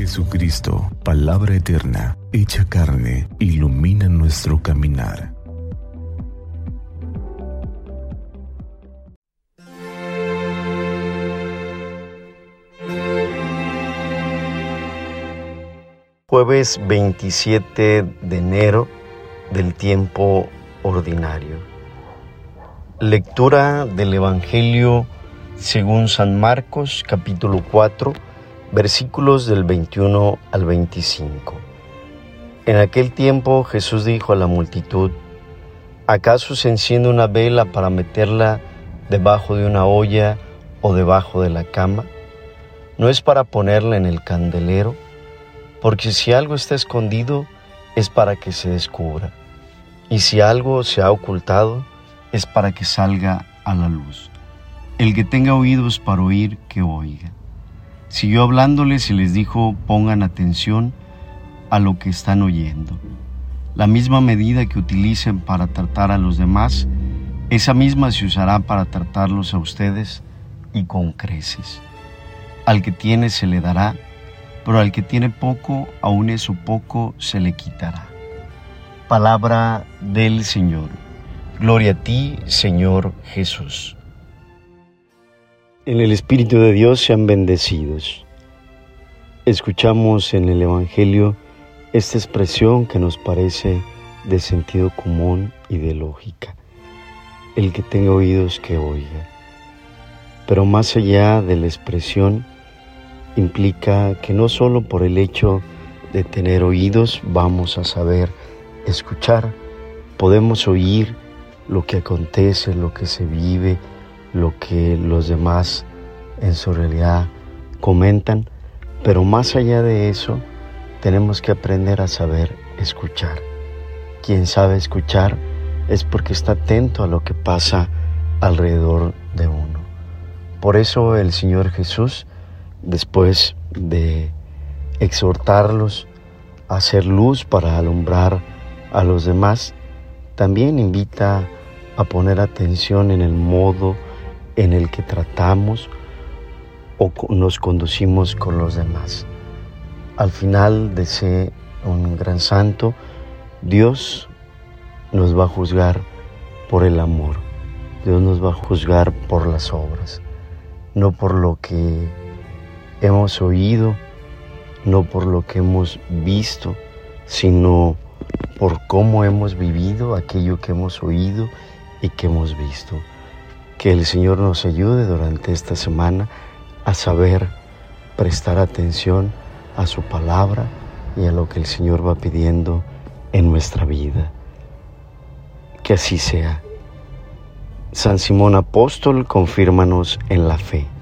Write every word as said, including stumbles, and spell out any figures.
Jesucristo, palabra eterna, hecha carne, ilumina nuestro caminar. Jueves veintisiete de enero del tiempo ordinario. Lectura del Evangelio según San Marcos, capítulo cuatro, versículos del veintiuno al veinticinco. En aquel tiempo Jesús dijo a la multitud: ¿acaso se enciende una vela para meterla debajo de una olla o debajo de la cama? ¿No es para ponerla en el candelero? Porque si algo está escondido, es para que se descubra, y si algo se ha ocultado, es para que salga a la luz. El que tenga oídos para oír, que oiga. Siguió hablándoles y les dijo: pongan atención a lo que están oyendo. La misma medida que utilicen para tratar a los demás, esa misma se usará para tratarlos a ustedes, y con creces. Al que tiene se le dará, pero al que tiene poco, aun eso poco se le quitará. Palabra del Señor. Gloria a ti, Señor Jesús. En el Espíritu de Dios sean bendecidos. Escuchamos en el Evangelio esta expresión que nos parece de sentido común y de lógica: el que tenga oídos, que oiga. Pero más allá de la expresión, implica que no solo por el hecho de tener oídos vamos a saber escuchar. Podemos oír lo que acontece, lo que se vive, lo que los demás en su realidad comentan, pero más allá de eso, tenemos que aprender a saber escuchar. Quien sabe escuchar es porque está atento a lo que pasa alrededor de uno. Por eso el Señor Jesús, después de exhortarlos a hacer luz para alumbrar a los demás, también invita a poner atención en el modo en el que tratamos o nos conducimos con los demás. Al final de ser un gran santo, Dios nos va a juzgar por el amor. Dios nos va a juzgar por las obras, no por lo que hemos oído, no por lo que hemos visto, sino por cómo hemos vivido aquello que hemos oído y que hemos visto. Que el Señor nos ayude durante esta semana a saber prestar atención a su palabra y a lo que el Señor va pidiendo en nuestra vida. Que así sea. San Simón Apóstol, confírmanos en la fe.